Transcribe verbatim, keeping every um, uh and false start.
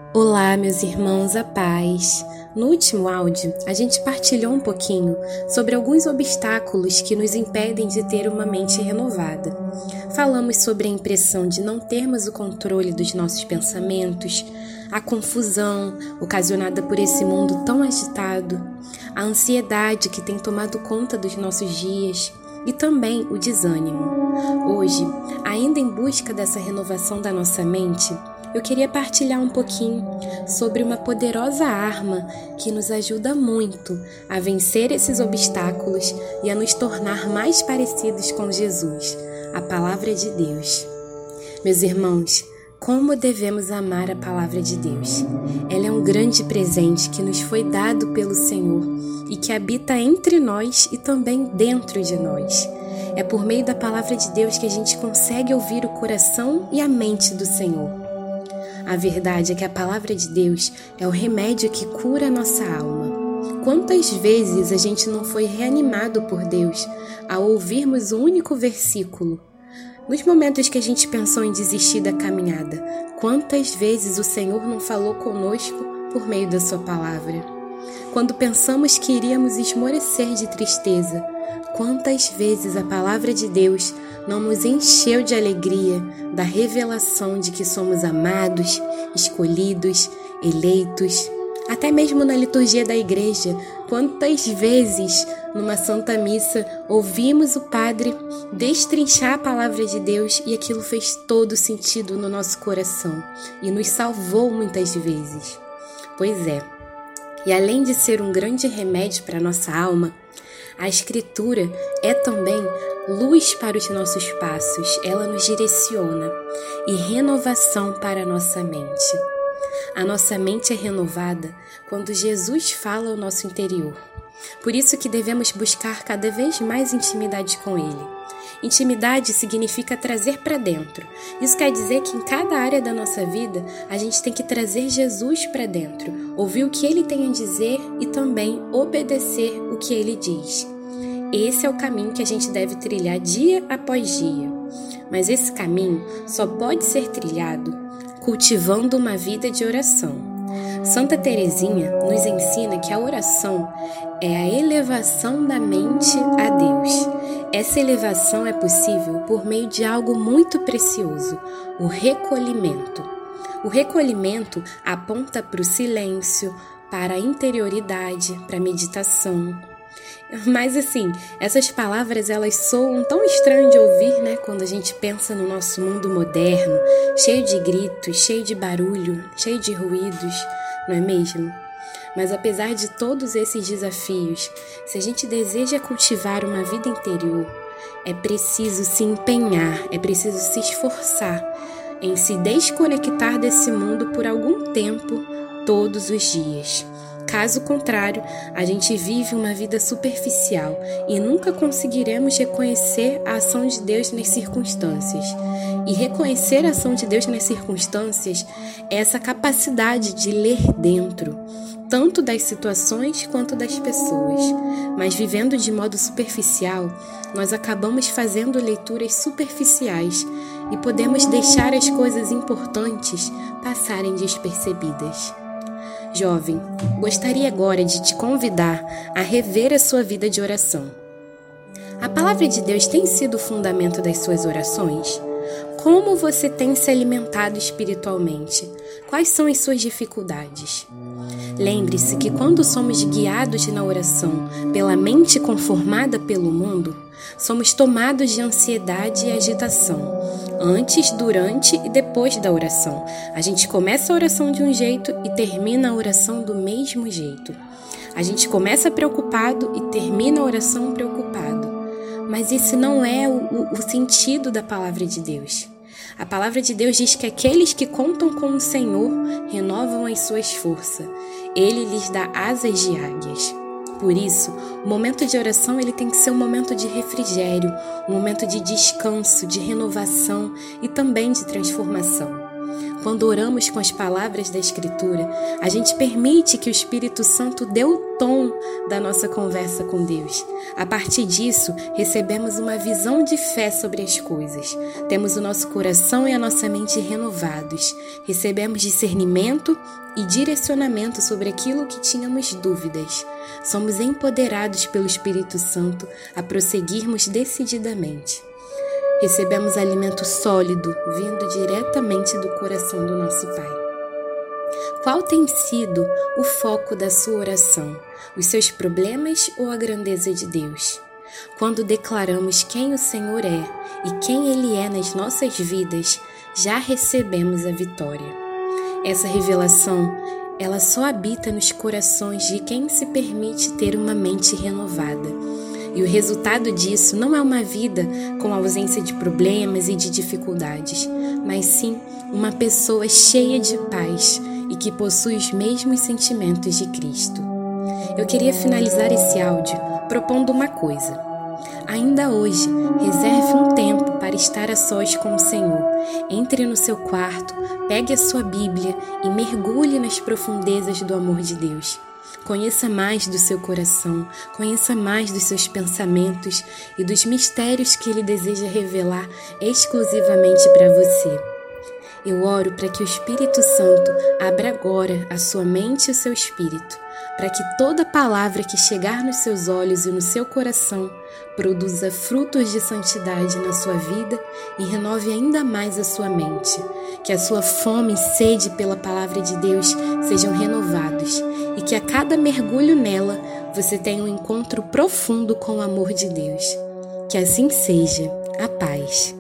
Olá, meus irmãos, a paz. No último áudio, a gente partilhou um pouquinho sobre alguns obstáculos que nos impedem de ter uma mente renovada. Falamos sobre a impressão de não termos o controle dos nossos pensamentos, a confusão ocasionada por esse mundo tão agitado, a ansiedade que tem tomado conta dos nossos dias e também o desânimo. Hoje, ainda em busca dessa renovação da nossa mente, eu queria partilhar um pouquinho sobre uma poderosa arma que nos ajuda muito a vencer esses obstáculos e a nos tornar mais parecidos com Jesus, a Palavra de Deus. Meus irmãos, como devemos amar a Palavra de Deus? Ela é um grande presente que nos foi dado pelo Senhor e que habita entre nós e também dentro de nós. É por meio da Palavra de Deus que a gente consegue ouvir o coração e a mente do Senhor. A verdade é que a Palavra de Deus é o remédio que cura a nossa alma. Quantas vezes a gente não foi reanimado por Deus ao ouvirmos o único versículo? Nos momentos que a gente pensou em desistir da caminhada, quantas vezes o Senhor não falou conosco por meio da sua palavra? Quando pensamos que iríamos esmorecer de tristeza, quantas vezes a palavra de Deus não nos encheu de alegria da revelação de que somos amados, escolhidos, eleitos? Até mesmo na liturgia da igreja, quantas vezes numa Santa Missa ouvimos o Padre destrinchar a palavra de Deus e aquilo fez todo sentido no nosso coração e nos salvou muitas vezes. Pois é, e além de ser um grande remédio para a nossa alma, a Escritura é também luz para os nossos passos, ela nos direciona, e renovação para a nossa mente. A nossa mente é renovada quando Jesus fala ao nosso interior. Por isso que devemos buscar cada vez mais intimidade com Ele. Intimidade significa trazer para dentro. Isso quer dizer que em cada área da nossa vida, a gente tem que trazer Jesus para dentro, ouvir o que Ele tem a dizer e também obedecer o que Ele diz. Esse é o caminho que a gente deve trilhar dia após dia. Mas esse caminho só pode ser trilhado cultivando uma vida de oração. Santa Teresinha nos ensina que a oração é a elevação da mente a Deus. Essa elevação é possível por meio de algo muito precioso, o recolhimento. O recolhimento aponta para o silêncio, para a interioridade, para a meditação. Mas assim, essas palavras elas soam tão estranhas de ouvir, né? Quando a gente pensa no nosso mundo moderno, cheio de gritos, cheio de barulho, cheio de ruídos, não é mesmo? Mas apesar de todos esses desafios, se a gente deseja cultivar uma vida interior, é preciso se empenhar, é preciso se esforçar em se desconectar desse mundo por algum tempo, todos os dias. Caso contrário, a gente vive uma vida superficial e nunca conseguiremos reconhecer a ação de Deus nas circunstâncias. E reconhecer a ação de Deus nas circunstâncias é essa capacidade de ler dentro, tanto das situações quanto das pessoas. Mas vivendo de modo superficial, nós acabamos fazendo leituras superficiais e podemos deixar as coisas importantes passarem despercebidas. Jovem, gostaria agora de te convidar a rever a sua vida de oração. A palavra de Deus tem sido o fundamento das suas orações? Como você tem se alimentado espiritualmente? Quais são as suas dificuldades? Lembre-se que quando somos guiados na oração pela mente conformada pelo mundo, somos tomados de ansiedade e agitação, antes, durante e depois da oração. A gente começa a oração de um jeito e termina a oração do mesmo jeito. A gente começa preocupado e termina a oração preocupado. Mas esse não é o, o, o sentido da palavra de Deus. A palavra de Deus diz que aqueles que contam com o Senhor renovam as suas forças. Ele lhes dá asas de águias. Por isso, o momento de oração ele tem que ser um momento de refrigério, um momento de descanso, de renovação e também de transformação. Quando oramos com as palavras da Escritura, a gente permite que o Espírito Santo dê o tom da nossa conversa com Deus. A partir disso, recebemos uma visão de fé sobre as coisas. Temos o nosso coração e a nossa mente renovados. Recebemos discernimento e direcionamento sobre aquilo que tínhamos dúvidas. Somos empoderados pelo Espírito Santo a prosseguirmos decididamente. Recebemos alimento sólido, vindo diretamente do coração do nosso Pai. Qual tem sido o foco da sua oração? Os seus problemas ou a grandeza de Deus? Quando declaramos quem o Senhor é e quem Ele é nas nossas vidas, já recebemos a vitória. Essa revelação, ela só habita nos corações de quem se permite ter uma mente renovada. E o resultado disso não é uma vida com ausência de problemas e de dificuldades, mas sim uma pessoa cheia de paz e que possui os mesmos sentimentos de Cristo. Eu queria finalizar esse áudio propondo uma coisa. Ainda hoje, reserve um tempo para estar a sós com o Senhor. Entre no seu quarto, pegue a sua Bíblia e mergulhe nas profundezas do amor de Deus. Conheça mais do seu coração, conheça mais dos seus pensamentos e dos mistérios que Ele deseja revelar exclusivamente para você. Eu oro para que o Espírito Santo abra agora a sua mente e o seu espírito, para que toda palavra que chegar nos seus olhos e no seu coração produza frutos de santidade na sua vida e renove ainda mais a sua mente. Que a sua fome e sede pela palavra de Deus sejam renovados e que a cada mergulho nela você tenha um encontro profundo com o amor de Deus. Que assim seja. A paz.